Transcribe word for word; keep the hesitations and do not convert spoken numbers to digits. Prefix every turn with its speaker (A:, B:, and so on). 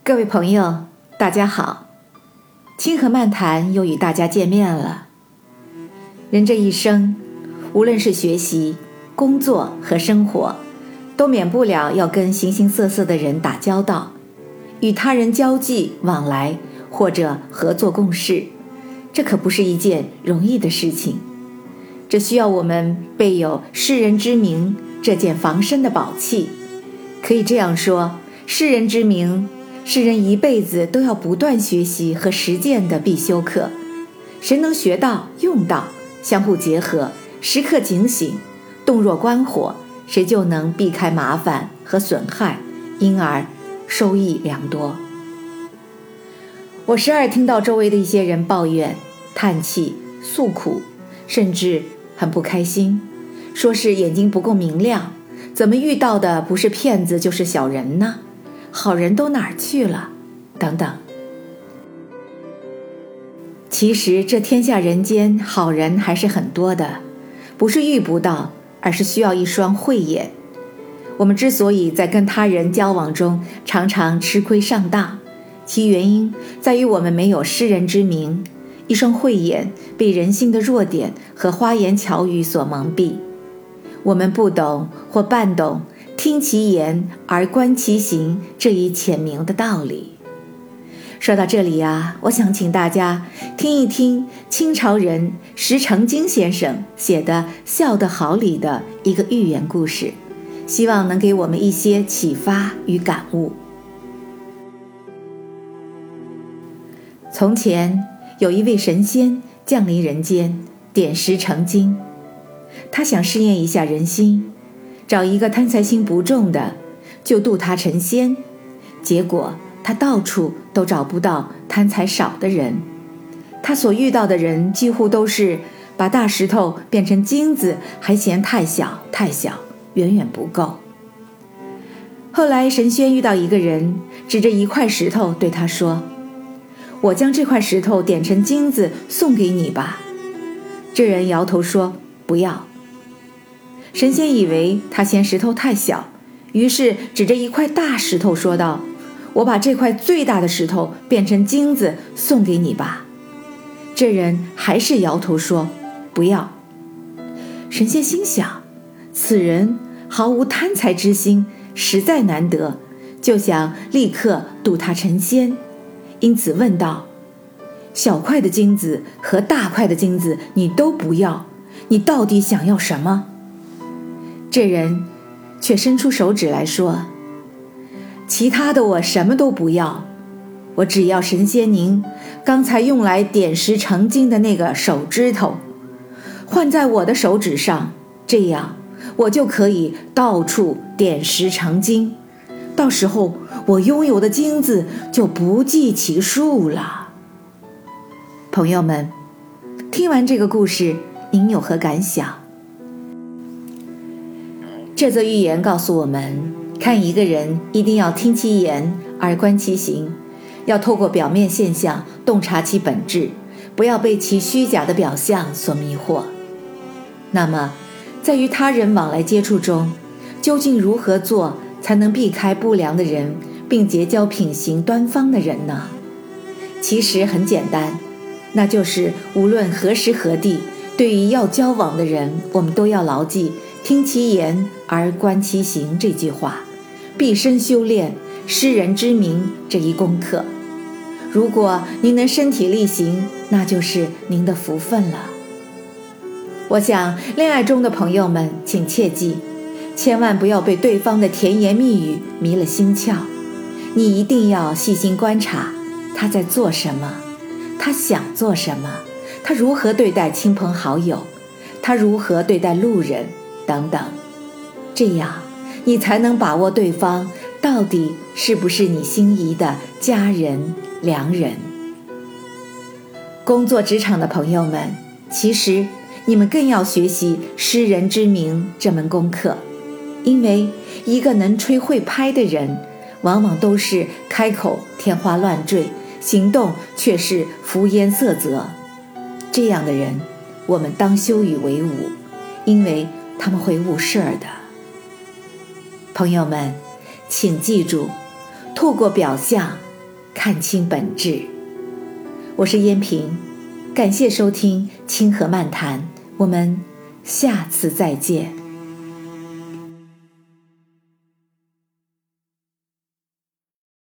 A: 各位朋友，大家好，清河漫谈又与大家见面了。人这一生，无论是学习、工作和生活，都免不了要跟形形色色的人打交道，与他人交际往来或者合作共事，这可不是一件容易的事情。这需要我们备有识人之明这件防身的宝器。可以这样说，识人之明是人一辈子都要不断学习和实践的必修课。谁能学到用到，相互结合，时刻警醒，洞若观火，谁就能避开麻烦和损害，因而收益良多。我时而听到周围的一些人抱怨、叹气、诉苦，甚至很不开心，说是眼睛不够明亮，怎么遇到的不是骗子就是小人呢？好人都哪儿去了？等等。其实这天下人间好人还是很多的，不是遇不到，而是需要一双慧眼。我们之所以在跟他人交往中常常吃亏上当，其原因在于我们没有识人之明，一双慧眼被人性的弱点和花言巧语所蒙蔽。我们不懂或半懂听其言而观其行这一浅明的道理。说到这里啊，我想请大家听一听清朝人石成京先生写的《笑得好》里的一个寓言故事，希望能给我们一些启发与感悟。从前有一位神仙降临人间，点石成金。他想试验一下人心，找一个贪财心不重的，就度他成仙。结果他到处都找不到贪财少的人，他所遇到的人几乎都是把大石头变成金子，还嫌太小太小，远远不够。后来神仙遇到一个人，指着一块石头对他说：我将这块石头点成金子送给你吧。这人摇头说：不要。神仙以为他嫌石头太小，于是指着一块大石头说道：我把这块最大的石头变成金子送给你吧。这人还是摇头说：不要。神仙心想，此人毫无贪财之心，实在难得，就想立刻度他成仙，因此问道：小块的金子和大块的金子你都不要，你到底想要什么？这人却伸出手指来说：其他的我什么都不要，我只要神仙您刚才用来点石成金的那个手指头，换在我的手指上，这样我就可以到处点石成金，到时候我拥有的金子就不计其数了。朋友们，听完这个故事，您有何感想？这则寓言告诉我们，看一个人一定要听其言而观其行，要透过表面现象洞察其本质，不要被其虚假的表象所迷惑。那么在与他人往来接触中，究竟如何做才能避开不良的人，并结交品行端方的人呢？其实很简单，那就是无论何时何地，对于要交往的人，我们都要牢记听其言而观其行这句话，毕生修炼识人之明这一功课。如果您能身体力行，那就是您的福分了。我想恋爱中的朋友们请切记，千万不要被对方的甜言蜜语迷了心窍，你一定要细心观察他在做什么，他想做什么，他如何对待亲朋好友，他如何对待路人等等，这样你才能把握对方到底是不是你心仪的家人良人。工作职场的朋友们，其实你们更要学习识人之明这门功课，因为一个能吹会拍的人，往往都是开口天花乱坠，行动却是浮烟塞泽。这样的人，我们当羞与为伍，因为他们会误事儿的。朋友们，请记住，透过表象看清本质。我是燕平，感谢收听清河漫谈，我们下次再见。